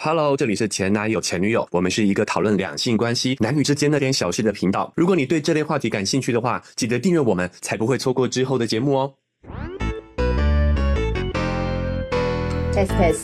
Hello， 这里是前男友前女友，我们是一个讨论两性关系、男女之间那点小事的频道。如果你对这类话题感兴趣的话，记得订阅我们，才不会错过之后的节目哦。 Test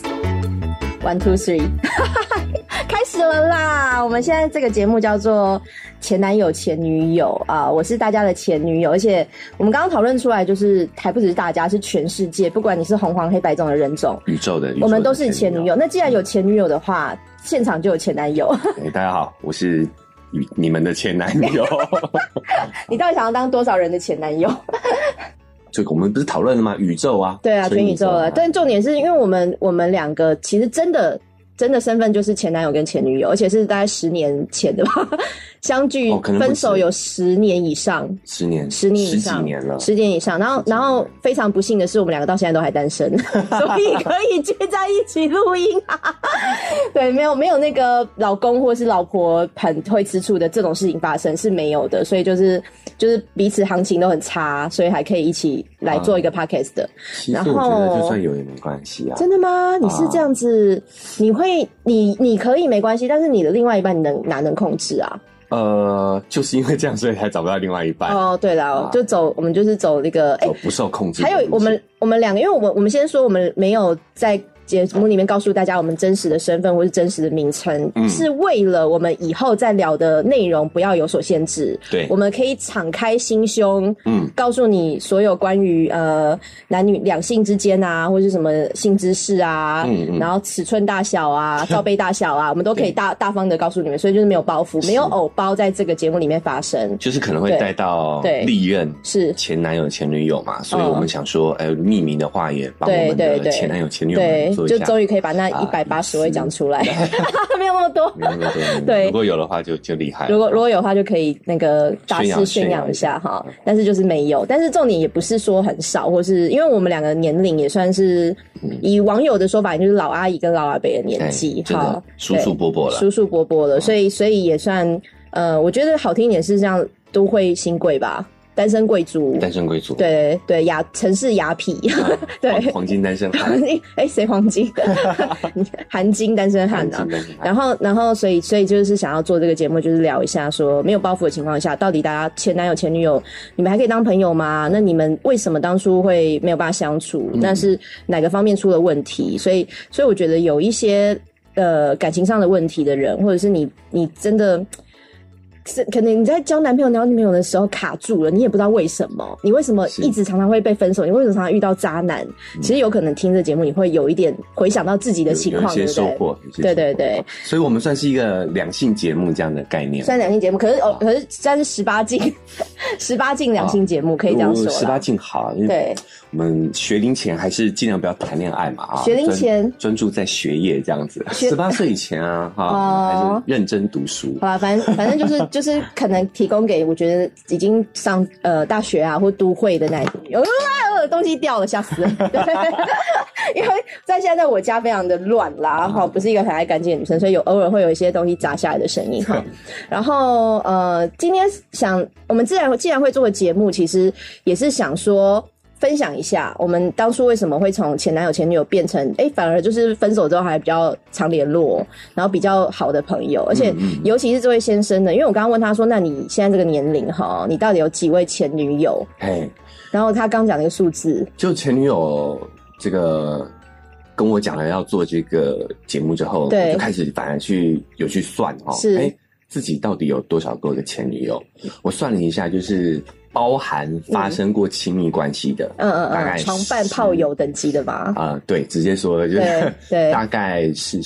1 2 3， 开始了啦！我们现在这个节目叫做前男友前女友啊，我是大家的前女友，而且我们刚刚讨论出来，就是还不只是大家，是全世界，不管你是红黄黑白种的人种， 宇宙的我们都是前女友。那既然有前女友的话，现场就有前男友。 大家好，我是你们的前男友。 你到底想要当多少人的前男友？ 这个我们不是讨论了吗？宇宙啊， 对啊，全宇宙了。但重点是因为我们两个其实真的身份就是前男友跟前女友，而且是大概10年前的吧，相距分手有10年以上，10年以上 ，10几年了 ，10年以上。然后非常不幸的是，我们两个到现在都还单身，所以可以聚在一起录音啊。对，没有那个老公或是老婆很会吃醋的这种事情发生是没有的，所以就是彼此行情都很差，所以还可以一起来做一个 podcast 的。 其实我觉得就算有也没关系啊。 真的吗？你是这样子，你可以没关系，但是你的另外一半你哪能控制啊？ 就是因为这样，所以才找不到另外一半。 哦，对了，我们就是走那个走不受控制。 还有我们两个，因为我们先说，我们没有在节目里面告诉大家我们真实的身份或是真实的名称，是为了我们以后再聊的内容不要有所限制。 对， 我们可以敞开心胸，告诉你所有关于男女两性之间啊，或是什么性知识啊，然后尺寸大小啊、罩杯大小啊，我们都可以大方的告诉你们，所以就是没有包袱，没有偶包在这个节目里面发生， 就是可能会带到历任是前男友前女友嘛，所以我们想说，匿名的话也帮我们的前男友前女友们做一下， 就终于可以把那180位讲出来，没有那么多，对， 如果有的话就厉害了。 如果有的话就可以那个大肆宣扬一下哈，但是就是没有。但是重点也不是说很少，或是因为我们两个年龄也算是以网友的说法，就是老阿姨跟老阿伯的年纪， 哈，叔叔伯伯了， 所以也算我觉得好听一点是这样，都会新贵吧。单身贵族，对，城市雅痞，对， 黄金单身汉， 谁黄金？韩金单身汉啊。然后，所以就是想要做这个节目，就是聊一下说，没有包袱的情况下，到底大家前男友前女友，你们还可以当朋友吗？那你们为什么当初会没有办法相处？那是哪个方面出了问题？所以我觉得有一些感情上的问题的人，或者是你真的。可能你在交男朋友、交女朋友的时候卡住了，你也不知道为什么，你为什么一直常常会被分手？你为什么常常遇到渣男？其实有可能听这节目，你会有一点回想到自己的情况， 有一些收获， 对。 所以我们算是一个两性节目这样的概念， 算两性节目，可是算是18禁两性节目，可以这样说。 18禁好，因为我们学龄前还是尽量不要谈恋爱嘛啊， 学龄前专注在学业这样子。18岁以前啊，还是认真读书。 好啦，反正就是可能提供给我觉得已经上大学啊或都会的那种，东西掉了，吓死了。因为现在我家非常的乱啦，不是一个很爱干净的女生，所以偶尔会有一些东西砸下来的声音哈。然后今天我们既然会做个节目，其实也是想说。分享一下我们当初为什么会从前男友前女友变成反而就是分手之后还比较常联络，然后比较好的朋友，而且尤其是这位先生呢，因为我刚刚问他说，那你现在这个年龄你到底有几位前女友？然后他刚讲了一个数字，就前女友这个跟我讲了要做这个节目之后，我就开始反而有去算自己到底有多少个前女友？我算了一下，就是包含发生过亲密关系的，大概床伴炮友等级的吧？ 对，直接说了就是对大概是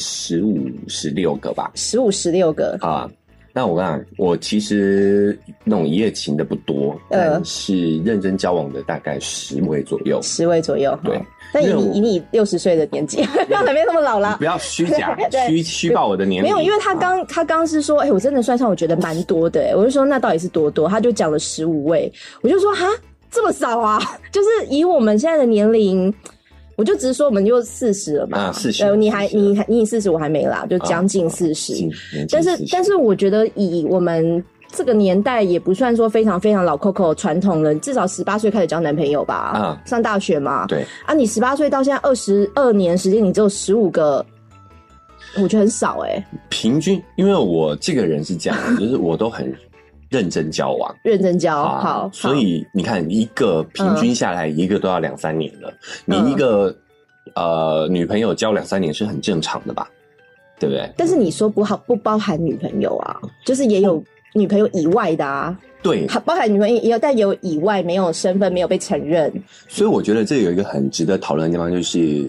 15、16个吧 ，15、16个啊。那我跟你讲，我其实那种一夜情的不多，但是认真交往的大概10位左右。 10位左右， 对。 但以你60岁的年纪，还没那么老啦， 不要虚假，虚报我的年龄。 没有，因为他刚是说，我真的算上，我觉得蛮多的，我就说那到底是多？他就讲了15位，我就说哈，这么少啊？就是以我们现在的年龄。我就只是说我们就40了嘛，40，你40，我还没啦，就将近40。但是我觉得以我们这个年代也不算说非常非常老 Coco 传统了，至少18岁开始交男朋友吧，上大学嘛。 对啊，你18岁到现在22年时间，你只有15个我觉得很少平均，因为我这个人是这样的，就是我都很认真交往， 认真交好， 所以你看一个平均下来，一个都要2-3年了。你一个女朋友交2-3年是很正常的吧？对不对？但是你说不包含女朋友啊，就是也有女朋友以外的啊。 对， 包含女朋友也有，但有以外没有身份，没有被承认。 所以我觉得这有一个很值得讨论的地方，就是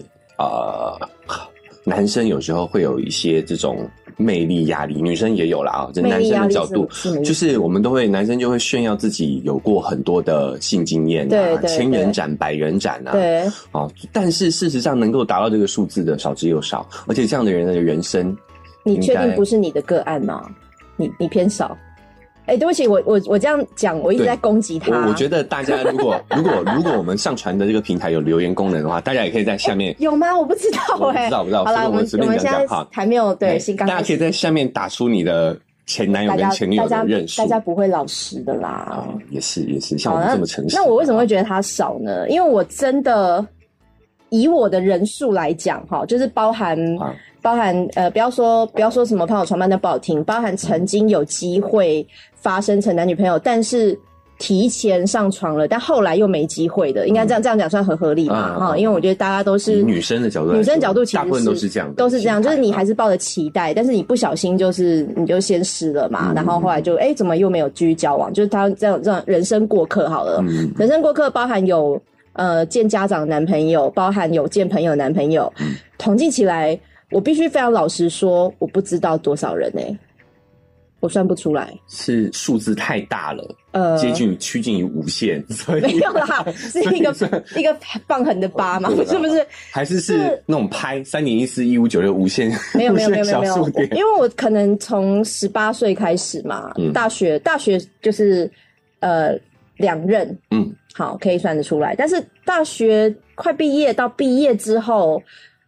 男生有时候会有一些这种魅力压力，女生也有啦啊。这男生的角度，就是我们都会，男生就会炫耀自己有过很多的性经验啊，千人斩、百人斩啊。 对， 但是事实上能够达到这个数字的少之又少，而且这样的人的人生， 你确定不是你的个案吗？你偏少。对不起，我这样讲，我一直在攻击他。 我觉得大家如果我们上传的这个平台有留言功能的话，大家也可以在下面。 有吗？我不知道我不知道。 好啦，我们现在还没有对新刚， 大家可以在下面打出你的前男友跟前女友的认识。 大家不会老实的啦。 也是，像我们这么诚实。 那我为什么会觉得他少呢？因为我真的以我的人数来讲，就是包含不要说什么朋友传班的不好听，包含曾经有机会发生成男女朋友，但是提前上床了，但后来又没机会的，应该这样讲算很合理嘛？因为我觉得大家都是女生的角度其实大部分都是这样， 就是你还是抱着期待，但是你不小心你就先湿了嘛，然后后来就怎么又没有继续交往，就是他这样人生过客好了，人生过客包含有见家长男朋友，包含有见朋友男朋友，统计起来，我必须非常老实说，我不知道多少人我算不出来， 是数字太大了，趋近于无限，所以没有啦，是一个放狠的8嘛，是不是？ 还是那种拍3点14 1596无限？ 没有，因为我可能从18岁开始嘛，大学就是2任，好，可以算得出来。但是大学快毕业到毕业之后，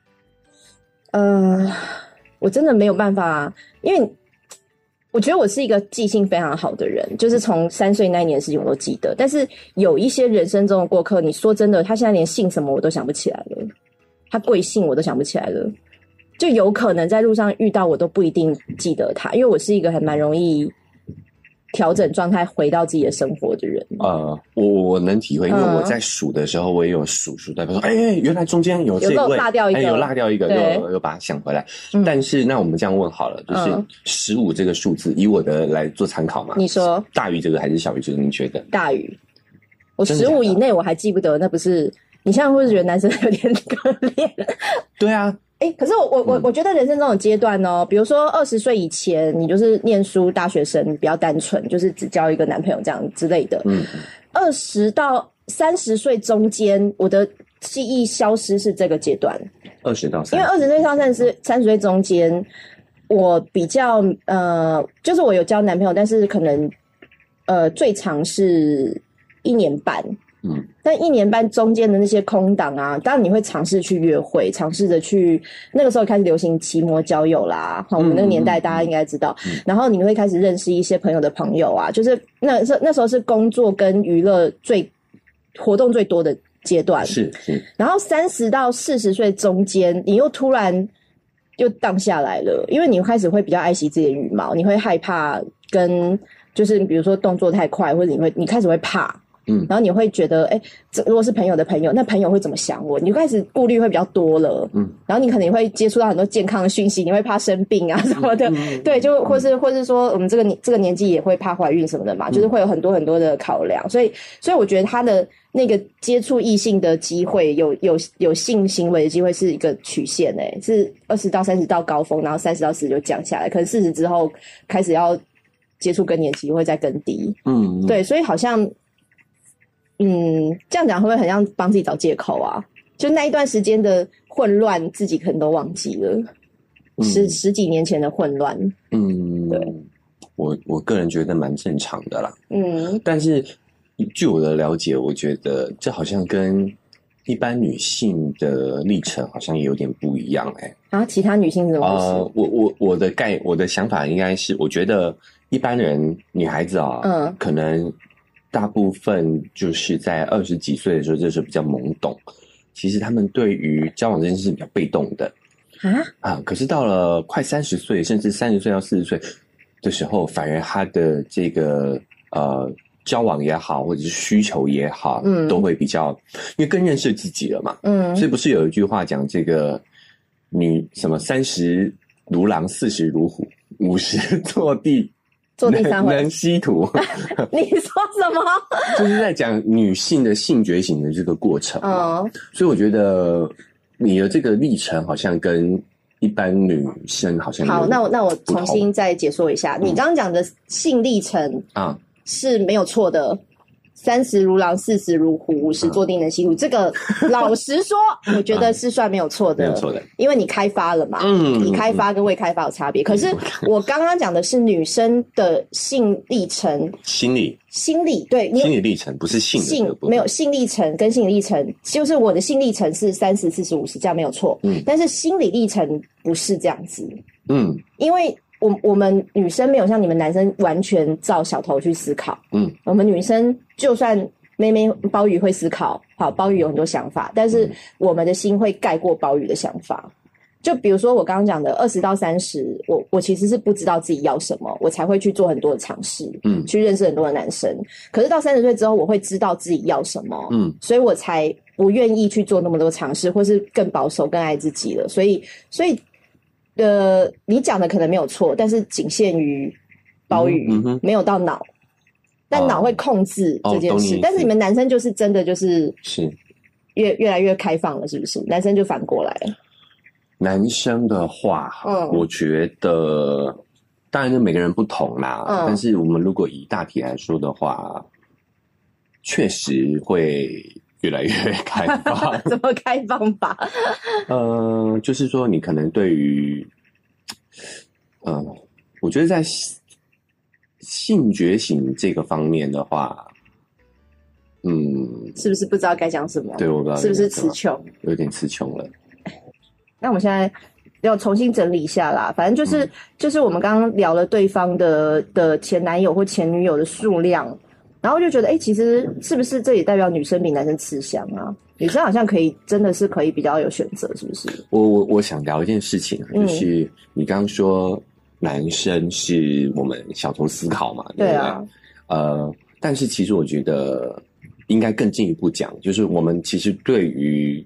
我真的没有办法，因为我觉得我是一个记性非常好的人，就是从3岁那一年的事情我都记得。但是有一些人生中的过客，你说真的，他现在连姓什么我都想不起来了，他贵姓我都想不起来了，就有可能在路上遇到我都不一定记得他，因为我是一个还蛮容易调整状态回到自己的生活的人。 我能体会，因为我在数的时候我也有数代表说原来中间有这位有落掉一个， 有落掉一个，又把它想回来。但是那我们这样问好了，就是15这个数字，以我的来做参考嘛， 你说大于这个还是小于这个？你觉得大于？我15以内我还记不得，那不是你现在会不会觉得男生有点可怜？ 对啊， 可是我觉得人生中的阶段比如说20岁以前，你就是念书大学生，比较单纯，就是只交一个男朋友这样之类的。20到30岁中间，我的记忆消失是这个阶段。 20到30， 因为20岁到30岁中间，我比较就是我有交男朋友，但是可能最长是1年半。但1年半中间的那些空档啊，当然你会尝试去约会，尝试着去，那个时候开始流行奇摩交友啦，我们那个年代大家应该知道，然后你会开始认识一些朋友的朋友啊，就是那时候是工作跟娱乐活动最多的阶段， 是， 然后30到40岁中间，你又突然又荡下来了，因为你开始会比较爱惜自己的羽毛，你会害怕就是比如说动作太快，或者你开始会怕。然后你会觉得，如果是朋友的朋友，那朋友会怎么想我？你就开始顾虑会比较多了。然后你可能会接触到很多健康的讯息，你会怕生病啊什么的。对，就或是说我们这个年纪也会怕怀孕什么的嘛，就是会有很多很多的考量。所以我觉得他的那个接触异性的机会，有性行为的机会是一个曲线是20到30到高峰，然后30到40就降下来，可能40之后开始要接触更年期会再更低。对，所以好像。这样讲会不会很像帮自己找借口啊？就那一段时间的混乱，自己可能都忘记了，十几年前的混乱。对， 我个人觉得蛮正常的啦。但是据我的了解，我觉得这好像跟一般女性的历程好像也有点不一样其他女性怎么回事？我的想法应该是，我觉得一般人女孩子可能。大部分就是在20几岁的时候，这时候比较懵懂。其实他们对于交往这件事比较被动的， 可是到了快30岁，甚至30岁到40岁的时候，反而他的这个交往也好，或者是需求也好，都会比较，因为更认识自己了嘛，所以不是有一句话讲这个什么30如狼，40如虎，50坐地3回能吸土。 你说什么？ 就是在讲女性的性觉醒的这个过程。所以我觉得你的这个历程好像跟一般女生好像好，那我重新再解说一下，你刚刚讲的性历程是没有错的。30如狼，40如虎，50坐地能吸土。这个老实说，我觉得是算没有错的， 没有错的， 因为你开发了嘛。你开发跟未开发有差别。可是我刚刚讲的是女生的性历程，心理对， 心理历程不是性没有性历程跟心理历程，就是我的性历程是30、40、50，这样没有错。但是心理历程不是这样子。因为我们女生没有像你们男生完全照小头去思考。我们女生就算妹妹鲍鱼会思考，好，鲍鱼有很多想法，但是我们的心会盖过鲍鱼的想法。就比如说我刚刚讲的20到30，我其实是不知道自己要什么，我才会去做很多的尝试，去认识很多的男生。可是到30岁之后，我会知道自己要什么，所以我才不愿意去做那么多尝试，或是更保守、更爱自己了。所以你讲的可能没有错，但是仅限于鲍鱼，没有到脑。但脑会控制这件事，但是你们男生就是真的就是越来越开放了，是不是？男生就反过来了。 男生的话，我觉得当然就每个人不同啦，但是我们如果以大体来说的话，确实会越来越开放。 怎么开放法？ 就是说你可能对于，我觉得在性觉醒这个方面的话， 是不是不知道该讲什么？ 对，我不知道是不是词穷， 有点词穷了。 那我们现在要重新整理一下啦。反正就是我们刚刚聊了对方的前男友或前女友的数量，然后就觉得，其实是不是这也代表女生比男生吃香啊？女生好像可以，真的是可以比较有选择，是不是？ 我想聊一件事情，就是你刚刚说男生是我们小头思考嘛，对不对？对啊。但是其实我觉得应该更进一步讲，就是我们其实对于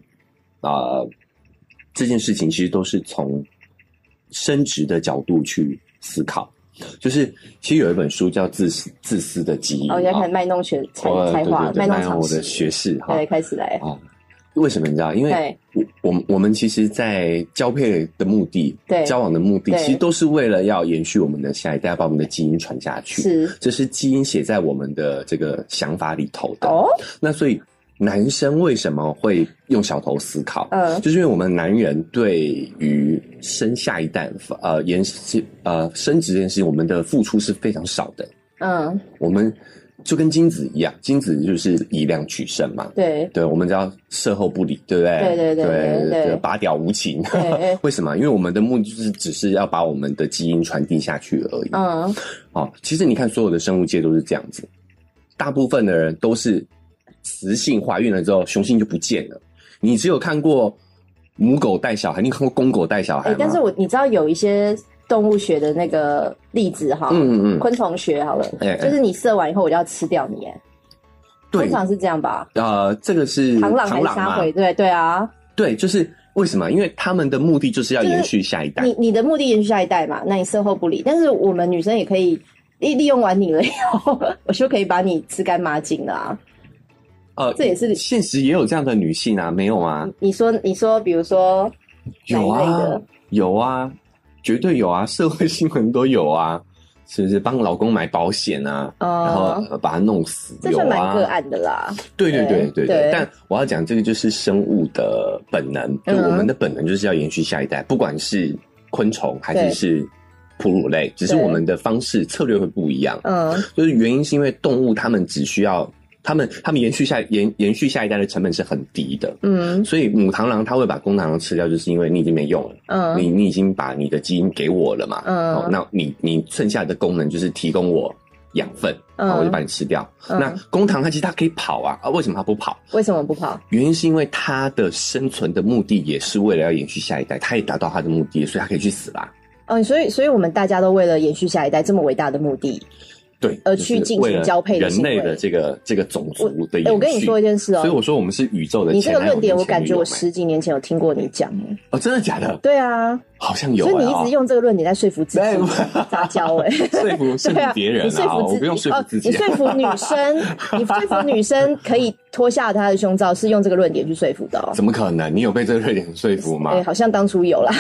这件事情，其实都是从生殖的角度去思考。就是其实有一本书叫自私的基因。我在看卖弄才华，卖弄我的学士。 对，开始来啊。 为什么你知道？因为我们其实在交配的目的，交往的目的，其实都是为了要延续我们的下一代，把我们的基因传下去。这是基因写在我们的这个想法里头的。那所以男生为什么会用小头思考？就是因为我们男人对于生下一代生殖这件事情，我们的付出是非常少的。我们就跟精子一样，精子就是以量取胜嘛。对，我们叫射后不理，对不对？对，拔屌无情。为什么？因为我们的目的就是只是要把我们的基因传递下去而已。其实你看所有的生物界都是这样子，大部分的人都是雌性怀孕了之后，雄性就不见了。你只有看过母狗带小孩，你看过公狗带小孩吗？ 但是你知道有一些动物学的那个例子哈，昆虫学好了，就是你射完以后我就要吃掉你，通常是这样吧？ 这个是螳螂还是沙回？对啊， 对，就是为什么？因为他们的目的就是要延续下一代。 你的目的延续下一代嘛，那你射后不理。但是我们女生也可以利用完你了以后，我就可以把你吃干抹净了啊。这也是现实也有这样的女性啊，没有吗？ 你说，比如说有啊，绝对有啊，社会新闻都有啊，是不是？帮老公买保险啊，然后把他弄死， 这算蛮个案的啦。 对。但我要讲这个就是生物的本能，就我们的本能就是要延续下一代，不管是昆虫还是哺乳类，只是我们的方式策略会不一样。就是原因是因为动物它们只需要。他们延续下一代的成本是很低的，所以母螳螂它会把公螳螂吃掉，就是因为你已经没用了，你已经把你的基因给我了嘛，那你剩下的功能就是提供我养分，我就把你吃掉。那公糖它其实它可以跑啊，为什么它不跑？ 为什么不跑？ 原因是因为它的生存的目的也是为了要延续下一代，它也达到它的目的，所以它可以去死啦。 所以我们大家都为了延续下一代这么伟大的目的， 对， 而去进行交配的行为， 人类的这个种族的延续。 我跟你说一件事所以我说我们是宇宙的。 你这个论点，我感觉我10几年前有听过你讲。 真的假的？ 对啊， 好像有。 所以你一直用这个论点在说服自己，杂交说服别人啊， 你说服自己， 我不用说服自己。 你说服女生，你说服女生可以脱下她的胸罩，是用这个论点去说服的。 怎么可能？你有被这个论点说服吗？ 好像当初有啦。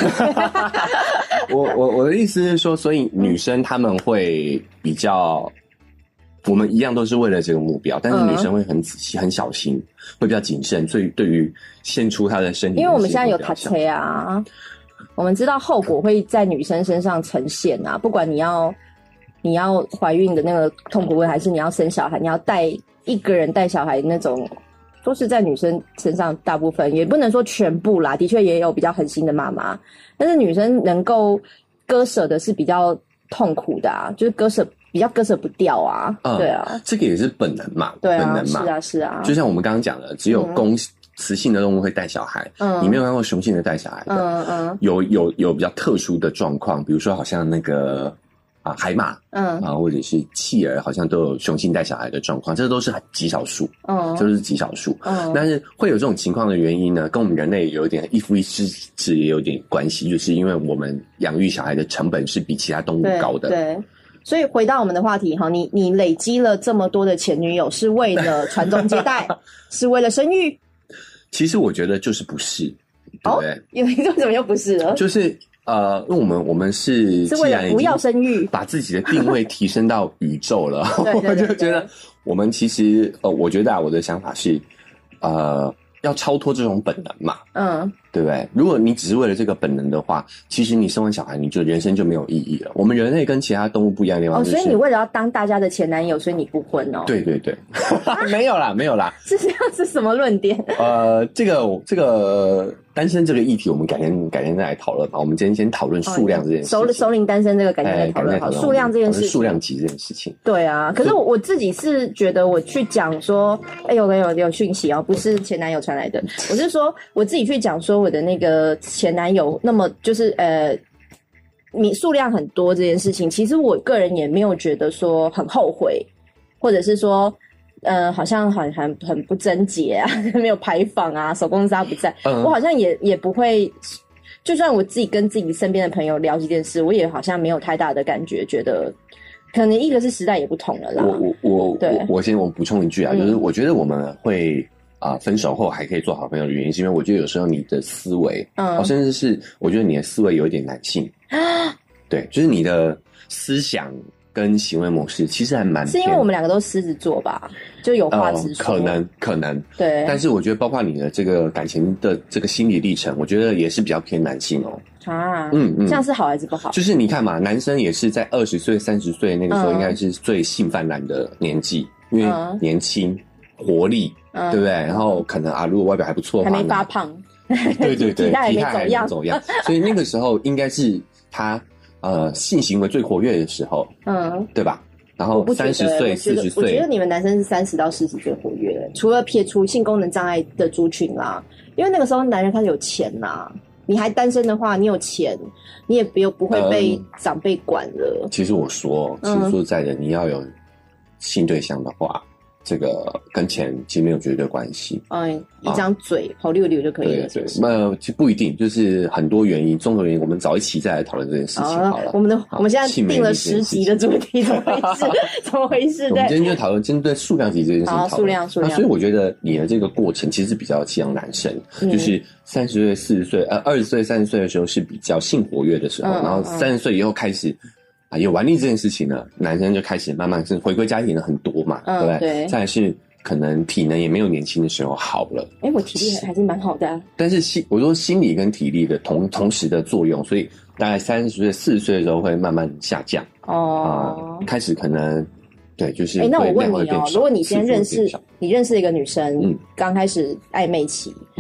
我的意思是说，所以女生她们会比较，我们一样都是为了这个目标，但是女生会很仔细、很小心，会比较谨慎，所以对于献出她的身体， 因为我们现在有塔车啊，我们知道后果会在女生身上呈现啊，不管你要怀孕的那个痛苦，还是你要生小孩，你要一个人带小孩那种。都是在女生身上，大部分也不能说全部啦，的确也有比较狠心的妈妈，但是女生能够割舍的是比较痛苦的啊，就是比较割舍不掉啊，对啊， 这个也是本能嘛， 对啊， 本能嘛， 是啊， 就像我们刚刚讲的，只有雌性的动物会带小孩，你没有看过雄性的带小孩的，有比较特殊的状况，比如说好像那个。海马，或者是企鹅，好像都有雄性带小孩的状况，这都是很极少数，这都是极少数。但是会有这种情况的原因呢，跟我们人类有点一夫一妻也有点关系，就是因为我们养育小孩的成本是比其他动物高的。 对，所以回到我们的话题哈，你累积了这么多的前女友，是为了传宗接代，是为了生育？ 其实我觉得就是不是，对不对？ 为什么又不是了？ 就是因为我们是为了不要生育， 把自己的定位提升到宇宙了，我就觉得我们其实我觉得我的想法是要超脱这种本能嘛，对不对？如果你只是为了这个本能的话，其实你生完小孩，你就人生就没有意义了。我们人类跟其他动物不一样的地方就是， 所以你为了要当大家的前男友，所以你不婚哦？ 对，没有啦， 是这样，是什么论点？ 这个单身这个议题，我们改天再来讨论吧。我们今天先讨论数量这件事情。熟龄单身这个改天再讨论好。数量这件事情， 数量级这件事情。 对啊，可是我自己是觉得，我去讲说，有讯息哦，不是前男友传来的，我是说我自己去讲说我的那个前男友，那么就是你数量很多这件事情，其实我个人也没有觉得说很后悔，或者是说。好像很不贞洁啊，没有牌坊啊，手工纱不在，我好像也不会，就算我自己跟自己身边的朋友聊这件事，我也好像没有太大的感觉，觉得可能一个是时代也不同了啦。 我先补充一句啊，就是我觉得我们会分手后还可以做好朋友的原因，是因为我觉得有时候你的思维，甚至是我觉得你的思维有一点男性对，就是你的思想。跟行为模式其实还蛮， 是因为我们两个都狮子座吧，就有话直说。 可能对， 但是我觉得包括你的这个感情的这个心理历程，我觉得也是比较偏男性哦。这样是好还是不好？就是你看嘛，男生也是在20岁、30岁那个时候，应该是最性泛滥的年纪，因为年轻、活力，对不对？然后可能如果外表还不错的话， 还没发胖， 对， 体态还没走样，所以那个时候应该是他。性行为最活跃的时候，对吧？然后30岁、40岁， 我觉得你们男生是30到40岁活跃，除了撇除性功能障碍的族群啦，因为那个时候男人开始有钱啦，你还单身的话，你有钱，你也不会被长辈管了。 其实说实在的，你要有性对象的话。这个跟钱其实没有绝对关系， 一张嘴跑溜溜就可以了。 对，其实不一定，就是很多原因，综合原因，我们早一起再来讨论这件事情好了。 我们现在定了10集的主题，怎么回事？我们今天就讨论针对数量级这件事情讨论。 数量。 所以我觉得你的这个过程其实比较像男生，就是30岁、40岁、20岁、30岁的时候是比较性活跃的时候，然后30岁以后开始。有玩力这件事情呢，男生就开始慢慢是回归家庭的很多嘛，对不对？ 对。 再来是可能体能也没有年轻的时候好了。 我体力还是蛮好的啊。 但是我说心理跟体力的同时的作用，所以大概30岁、40岁的时候会慢慢下降。开始可能对，就是那我问你如果你先认识一个女生，刚开始暧昧期，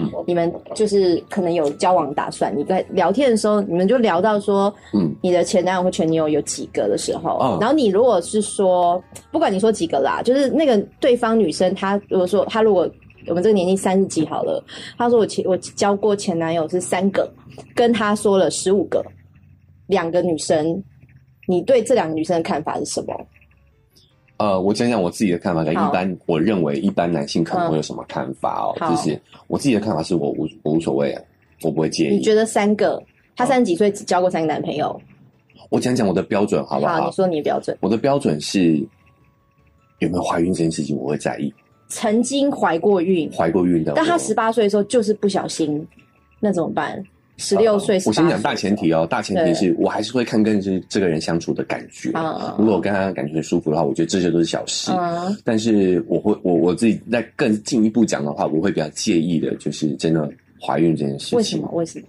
你们就是可能有交往打算，你在聊天的时候，你们就聊到说，你的前男友或前女友有几个的时候，然后你如果是说，不管你说几个啦，就是那个对方女生，她如果我们这个年纪30几好了，她说我交过前男友是3个，跟她说了15个，2个女生，你对这2个女生的看法是什么？ 我讲讲我自己的看法。我认为一般男性可能会有什么看法哦？就是我自己的看法是我无所谓啊，我不会介意。 你觉得3个？他30几岁只交过3个男朋友？ 我讲讲我的标准好不好？ 好，你说你的标准。 我的标准是有没有怀孕这件事情，我会在意。 曾经怀过孕的，但他18岁的时候就是不小心，那怎么办？16岁， 我先讲大前提哦，大前提是我还是会看跟这个人相处的感觉。如果我跟他感觉很舒服的话，我觉得这些都是小事。但是我自己再更进一步讲的话，我会比较介意的，就是真的怀孕这件事情。 为什么？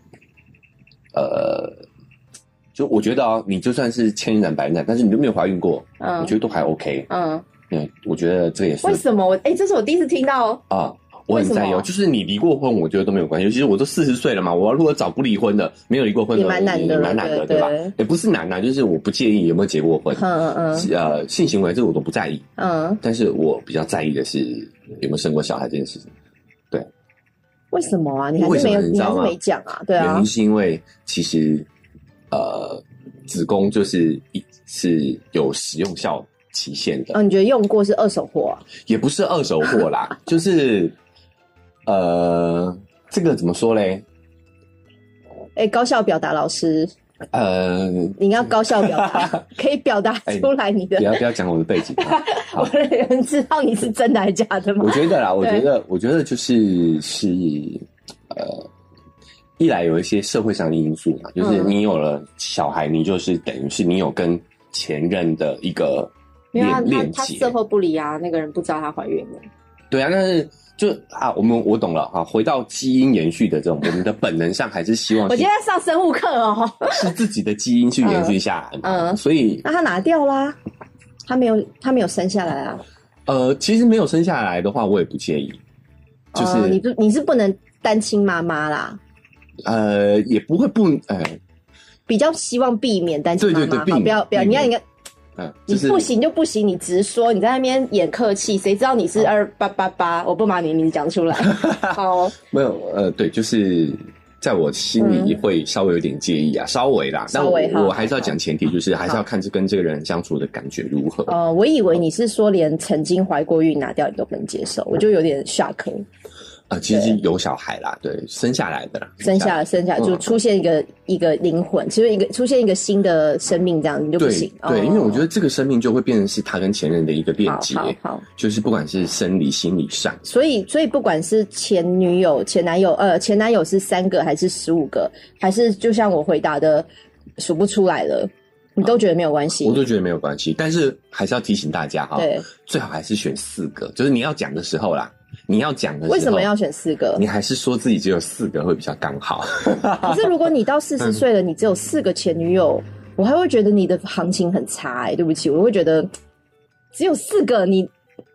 就我觉得你就算是千人百人，但是你都没有怀孕过，我觉得都还 OK。我觉得这也是为什么？这是我第一次听到啊。我很在意，就是你离过婚，我觉得都没有关系。其实我都40岁了嘛，我如果找不离婚的，没有离过婚的， 也蛮难的， 对吧？也不是难啊，就是我不介意有没有结过婚。性行为这个我都不在意。但是我比较在意的是有没有生过小孩这件事情。对， 为什么啊？你还是没讲啊？对啊， 原因是因为其实子宫是有使用效期限的。 你觉得用过是二手货啊？也不是二手货啦，就是这个怎么说嘞？ 高效表达老师，你要高效表达，可以表达出来你的。 不要讲我的背景。 我的人知道你是真的还是假的吗？ 我觉得啦，我觉得就是一来有一些社会上的因素嘛，就是你有了小孩，你就是等于是你有跟前任的一个链接。 他事后不理啊，那个人不知道她怀孕了。 对啊，但是我懂了啊。回到基因延续的这种，我们的本能上还是希望。 我今天在上生物课哦， 是自己的基因去延续下来嘛。所以那他拿掉啦，他没有生下来啊。 其实没有生下来的话，我也不介意。就是你是不能单亲妈妈啦。 也不会比较希望避免单亲妈妈。 对， 不要，你看。你不行就不行，你直说，你在那边演客气，谁知道你是2888？我不把你名字讲出来。好， 没有，对，就是在我心里会稍微有点介意啊，稍微啦。但我还是要讲前提，就是还是要看跟这个人相处的感觉如何。 我以为你是说连曾经怀过孕拿掉你都不能接受，我就有点 shock。 其实有小孩啦，对，生下来的啦， 生下来就出现一个灵魂，其实出现一个新的生命，这样你就不行。 对，因为我觉得这个生命就会变成是他跟前任的一个链接， 好， 就是不管是生理、心理上。 所以不管是前女友、前男友是3个还是15个，还是就像我回答的数不出来了，你都觉得没有关系？ 我都觉得没有关系，但是还是要提醒大家哈，对，最好还是选4个，就是你要讲的时候啦。你要讲的时候， 为什么要选4个？ 你还是说自己只有4个会比较刚好。 可是如果你到40岁了，你只有4个前女友，我还会觉得你的行情很差。对不起，我会觉得只有4个，你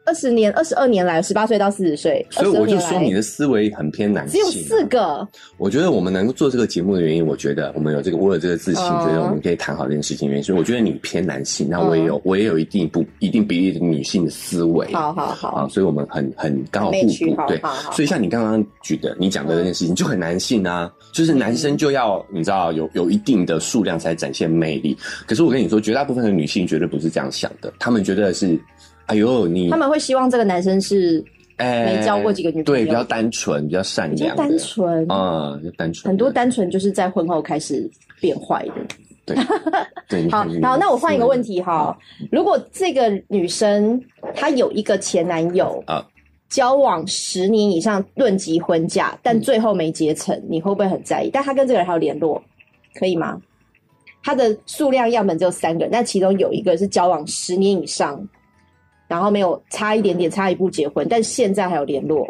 22年来，18岁到40岁， 所以我就说你的思维很偏男性。 只有4个。我觉得我们能够做这个节目的原因，我觉得我有这个自信，觉得我们可以谈好这件事情原因，所以我觉得你偏男性，那我也有一定比例的女性的思维。好，所以我们很刚好互补。对，所以像你刚刚你讲的这件事情就很男性啊，就是男生就要你知道有一定的数量才展现魅力。可是我跟你说，绝大部分的女性绝对不是这样想的，她们觉得是。哎呦，他们会希望这个男生是没交过几个女朋友， 对，比较单纯，比较善良的， 单纯就单纯。 很多单纯就是在婚后开始变坏的。对， 好，那我换一个问题哈，如果这个女生她有一个前男友交往10年以上论及婚嫁，但最后没结成，你会不会很在意？但她跟这个人还有联络，可以吗？她的数量样本只有3个人，但其中有一个是交往10年以上。然后没有差一点点，差一步结婚，但现在还有联络。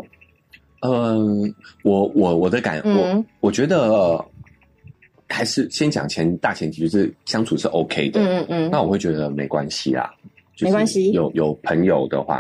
我的我觉得还是先讲大前提，就是相处是 OK 的。那我会觉得没关系啦， 没关系。 有朋友的话，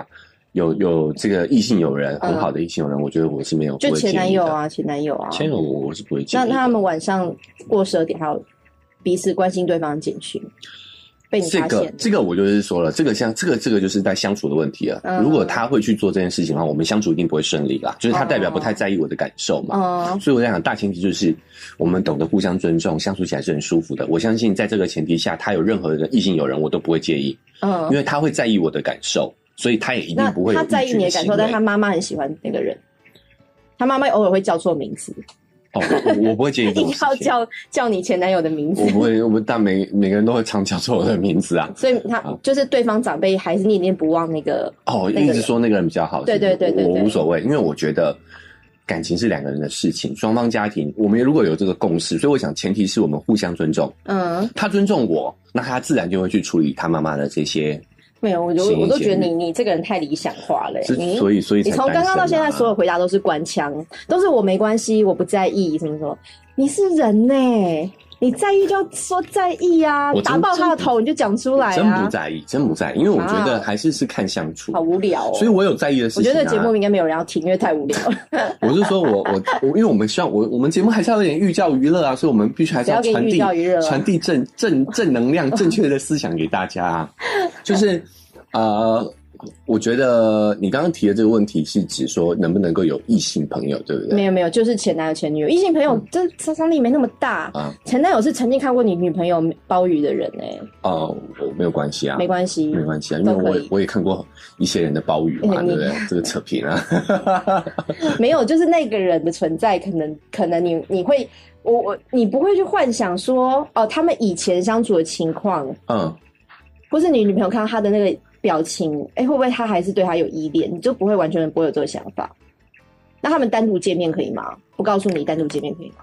有这个异性友人，很好的异性友人，我觉得我是没有就前男友啊，前男友我是不会介意的。 那他们晚上过12点还有彼此关心对方的简讯，被你发现这个我就是说了，这个就是在相处的问题了。如果他会去做这件事情的话，我们相处一定不会顺利啦。就是他代表不太在意我的感受嘛。所以我在想，大前提就是我们懂得互相尊重，相处起来是很舒服的。我相信在这个前提下，他有任何的异性友人，我都不会介意。因为他会在意我的感受，所以他也一定不会有他在意你的感受，但他妈妈很喜欢那个人，他妈妈偶尔会叫错名字。 我不会介意这种事情。 一定要叫你前男友的名字。 我不会，但每个人都会常叫错我的名字啊。 所以他就是对方长辈还是念念不忘那个。 一直说那个人比较好。 对， 我无所谓，因为我觉得感情是两个人的事情，双方家庭我们如果有这个共识，所以我想前提是我们互相尊重。他尊重我，那他自然就会去处理他妈妈的这些。 没有，我都觉得你这个人太理想化了。 所以你从刚刚到现在所有回答都是官腔，都是我没关系，我不在意，什么什么。你是人欸，你在意就要说在意啊，打爆他的头你就讲出来啊。 真不在意，因为我觉得还是看相处。 好无聊哦。 所以我有在意的事情。 我觉得节目应该没有人要听，因为太无聊了。 我是说因为我们希望我们节目还是要有点寓教于乐啊，所以我们必须还是要传递正能量、正确的思想给大家啊。就是我觉得你刚刚提的这个问题是指说能不能够有异性朋友，对不对？没有， 就是前男友前女友，异性朋友这杀伤力没那么大啊。前男友是曾经看过你女朋友鲍鱼的人我没有关系啊， 没关系啊，因为我也看过一些人的鲍鱼嘛，对不对？这个扯平啊。 没有，就是那个人的存在，可能你会你不会去幻想说他们以前相处的情况，或是你女朋友看到他的那个表情，会不会他还是对他有依恋？你就不会完全不会有这个想法。那他们单独见面可以吗？不告诉你单独见面可以吗？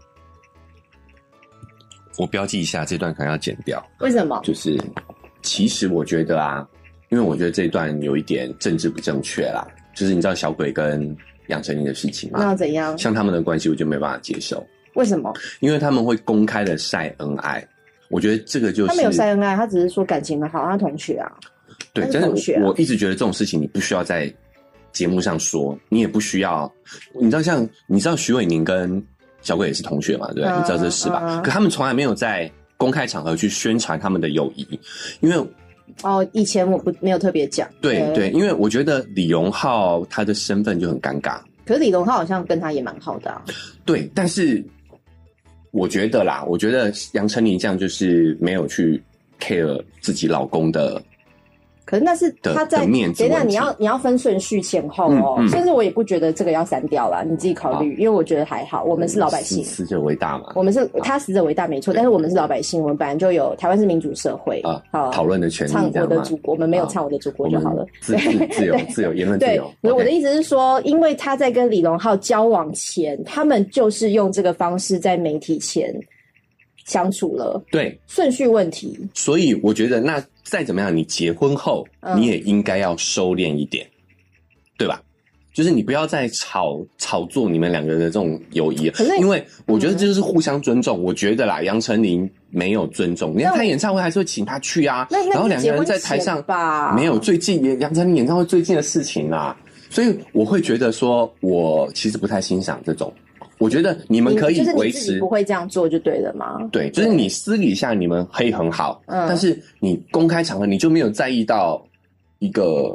我标记一下，这段可能要剪掉。 为什么？ 就是其实我觉得啊，因为我觉得这一段有一点政治不正确啦。就是你知道小鬼跟杨丞琳的事情吗？ 那要怎样？ 像他们的关系，我就没办法接受。 为什么？ 因为他们会公开的晒恩爱。我觉得这个就是他没有晒恩爱，他只是说感情很好，他同学啊。 对，但是我一直觉得这种事情你不需要在节目上说，你也不需要。你知道徐伟宁跟小鬼也是同学嘛，对不对？你知道这事吧？可他们从来没有在公开场合去宣传他们的友谊，因为以前我没有特别讲。 对，因为我觉得李荣浩他的身份就很尴尬。 可是李荣浩好像跟他也蛮好的啊。 对，但是我觉得杨丞琳这样就是没有去 care 自己老公的。 可是那是他在面子。等一下，你要分顺序前后甚至我也不觉得这个要删掉啦，你自己考虑，因为我觉得还好，我们是老百姓， 死者为大嘛。 他死者为大没错，但是我们是老百姓，我们本来就有台湾是民主社会讨论的权利， 唱我的祖国，我们没有唱我的祖国就好了， 自由言论自由。 对，我的意思是说，因为他在跟李荣浩交往前，他们就是用这个方式在媒体前相处了，对，顺序问题。 所以我觉得那再怎么样，你结婚后你也应该要收敛一点，对吧？就是你不要再炒作你们两个的这种友谊，因为我觉得这就是互相尊重。我觉得啦，杨丞琳没有尊重，你看他演唱会还是会请他去啊，然后两个人在台上没有最近杨丞琳演唱会最近的事情啦，所以我会觉得说，我其实不太欣赏这种。我觉得你们可以维持，就是你自己不会这样做就对了吗？ 对，就是你私底下你们可以很好，但是你公开场合你就没有在意到一个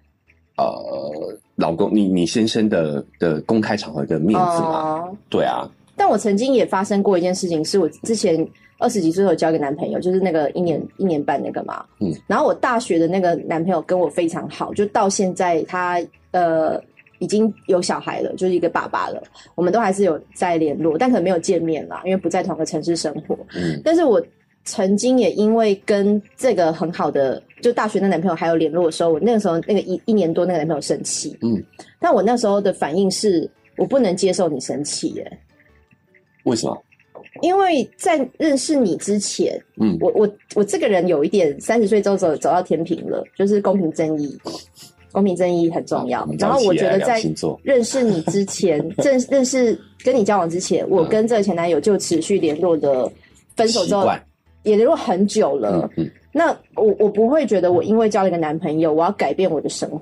老公你先生的公开场合的面子嘛？对啊。 但我曾经也发生过一件事情，是我之前20几岁的时候交一个男朋友，就是那个一年半那个嘛，然后我大学的那个男朋友跟我非常好，就到现在他已经有小孩了，就是一个爸爸了，我们都还是有在联络，但可能没有见面啦，因为不在同个城市生活。但是我曾经也因为跟这个很好的就大学那男朋友还有联络的时候，我那个时候那个一年多那个男朋友生气，但我那时候的反应是我不能接受你生气耶。 为什么？ 因为在认识你之前，我这个人有一点30岁之后走到天平了，就是公平正义。公平正义很重要，然后我觉得在认识你之前，认识跟你交往之前，我跟这个前男友就持续联络的，分手之后也联络很久了。那我不会觉得我因为交了一个男朋友，我要改变我的生活。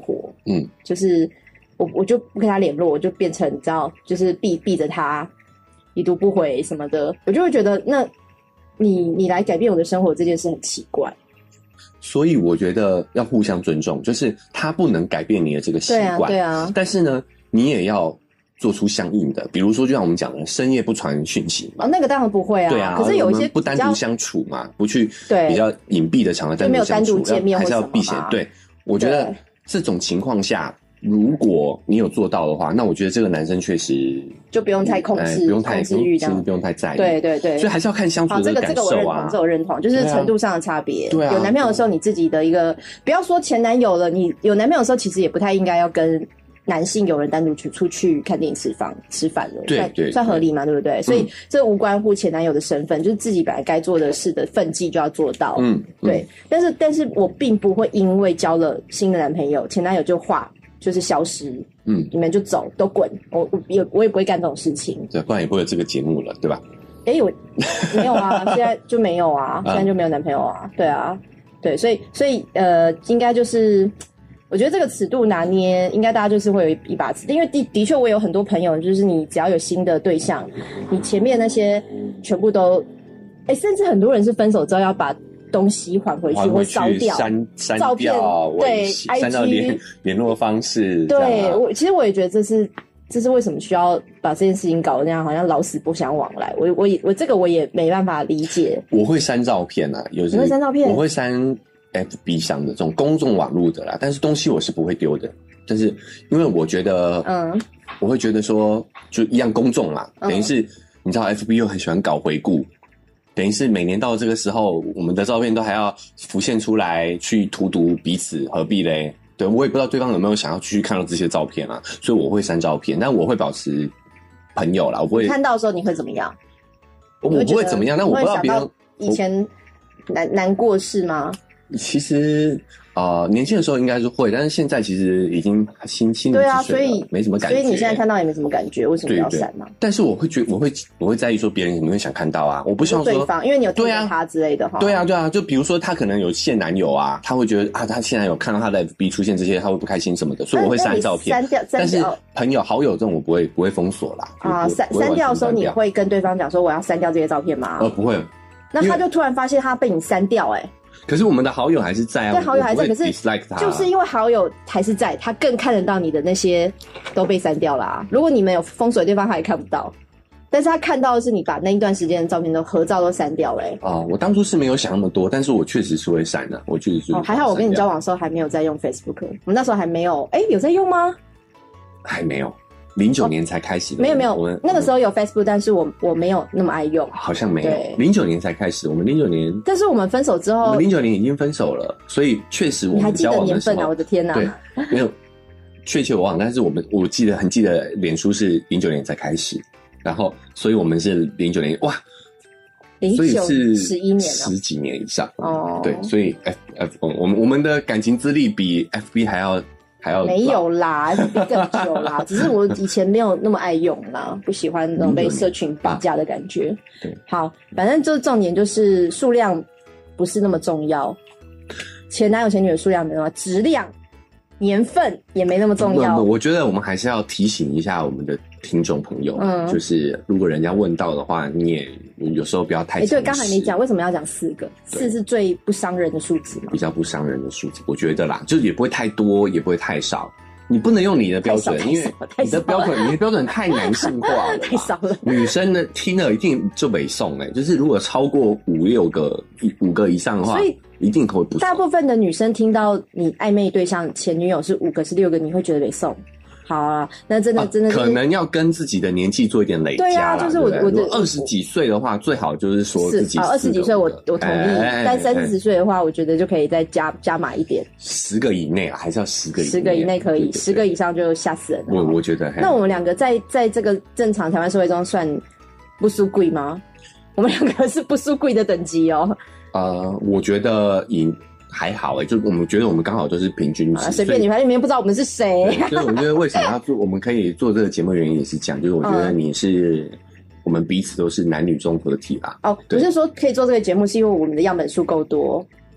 就是我就不跟他联络，我就变成你知道，就是避着他，已读不回什么的，我就会觉得那你来改变我的生活这件事很奇怪。 所以我觉得要互相尊重，就是他不能改变你的这个习惯， 对啊， 但是呢，你也要做出相应的，比如说就像我们讲的，深夜不传讯息嘛， 那个当然不会啊， 对啊， 可是有一些不单独相处嘛，不去比较隐蔽的场合单独相处， 就没有单独见面， 还是要避嫌。对，我觉得这种情况下，如果你有做到的话，那我觉得这个男生确实就不用太控制， 不用太控制欲， 其实不用太在意。 对， 所以还是要看相处的感受啊。 这个我认同，就是程度上的差别。 对啊， 有男朋友的时候，你自己的一个不要说前男友了，你有男朋友的时候，其实也不太应该要跟男性有人单独出去看电影吃饭了， 对， 算合理嘛，对不对？所以这无关乎前男友的身份，就是自己本来该做的事的分际就要做到。对。但是我并不会因为交了新的男朋友，前男友就是消失，你们就走，都滚，我也不会干这种事情。 对，不然也不会有这个节目了，对吧？ 我没有啊，现在就没有啊，现在就没有男朋友啊，对啊，对，所以应该就是。我觉得这个尺度拿捏，应该大家就是会有一把尺，因为的确我有很多朋友，就是你只要有新的对象，你前面那些全部都，甚至很多人是分手之后要把东西还回去或烧掉， 删照片，对 ，IG 删掉联络方式。 对，其实我也觉得这是为什么需要把这件事情搞得那样，好像老死不相往来。我这个我也没办法理解。 我会删照片啊，有时你会删照片？ 我会删。FB 上的这种公众网络的啦，但是东西我是不会丢的，但是因为我觉得，我会觉得说就一样公众啦，等于是你知道 FB 又很喜欢搞回顾，等于是每年到这个时候，我们的照片都还要浮现出来去荼毒彼此，何必嘞？对，我也不知道对方有没有想要继续看到这些照片啊，所以我会删照片，但我会保持朋友啦，我不会看到的时候你会怎么样？ 我不会怎么样，但我不知道别人以前难过是吗？ 其实年轻的时候应该是会，但是现在其实已经心路对啊，所以没什么感觉。 所以你现在看到也没什么感觉，为什么要删呢？ 但是我会在意说别人有没有想看到啊？我不希望说对方，因为你有对他之类的哈。 对啊，就比如说他可能有现男友啊，他会觉得他现男友看到他的 FB 出现这些，他会不开心什么的，所以我会删照片。删掉，但是朋友好友这种我不会封锁啦。 删掉的时候你会跟对方讲说我要删掉这些照片吗？ 不会。 那他就突然发现他被你删掉可是我们的好友还是在啊， 对，好友还在，可是就是因为好友还是在，他更看得到你的那些都被删掉了啊。如果你们有封锁对方，他也看不到，但是他看到的是你把那一段时间的照片都合照都删掉了我当初是没有想那么多，但是我确实是会删的，我确实是。 还好我跟你交往的时候还没有在用 Facebook， 我们那时候还没有，有在用吗？ 还没有。09年才开始的， 没有，那个时候有 Facebook， 但是我没有那么爱用， 好像没有。09年才开始，我们09年， 但是我们分手之后， 我们09年已经分手了，所以确实我们交往的时候， 你还记得年份啊？我的天哪！ 对，没有确切我忘了，但是我很记得脸书是09年才开始，然后所以我们是09年，哇，所以是 11年了 ，10几年以上对，所以我们的感情资历比 FB还要没有啦，FB 更久啦，只是我以前没有那么爱用啦，不喜欢那种被社群绑架的感觉。 对， 好，反正就是重点就是数量不是那么重要，前男友前女友数量没那么重要，质量、年份也没那么重要。 我觉得我们还是要提醒一下我们的听众朋友，就是如果人家问到的话，你也有时候不要太对，刚才你讲为什么要讲4个？4是最不伤人的数字嘛？ 比较不伤人的数字，我觉得啦，就是也不会太多，也不会太少。你不能用你的标准，因为你的标准太男性化了， 太少了。 女生呢听了一定就北宋就是如果超过5个以上的话，所以一定会不爽。 大部分的女生听到你暧昧对象前女友是5个是6个，你会觉得北宋。好啊，那真的可能要跟自己的年纪做一点累加。 对啊，就是我 20几岁的话，最好就是说自己 20几岁我同意，但30-40岁的话，我觉得就可以再加码一点。 10个以内啊，还是要10个以内。 10个以内可以，10个以上就吓死人了。 我觉得。 那我们2个在这个正常台湾社会中算不输贵吗？我们2个是不输贵的等级哦。 我觉得还好就我们觉得我们刚好都是平均值， 随便你，反正你们不知道我们是谁。 所以我觉得为什么要做，我们可以做这个节目的原因也是这样，就是我觉得我们彼此都是男女综合体啦。 不是说可以做这个节目，是因为我们的样本数够多。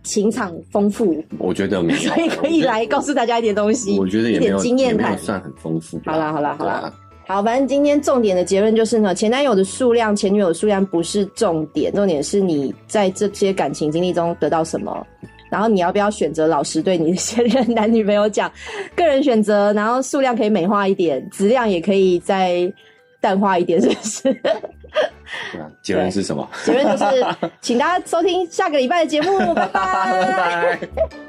情场丰富？ 我觉得没有， 所以可以来告诉大家一点东西。 我觉得也没有一点经验谈， 算很丰富。 好啦。好，反正今天重点的结论就是呢，前男友的数量、前女友的数量不是重点，重点是你在这些感情经历中得到什么，然后你要不要选择老实对你的现任男女朋友讲，个人选择，然后数量可以美化一点，质量也可以再淡化一点，是不是？ 对啊，结论是什么？ 结论就是，请大家收听下个礼拜的节目，拜拜。 拜拜。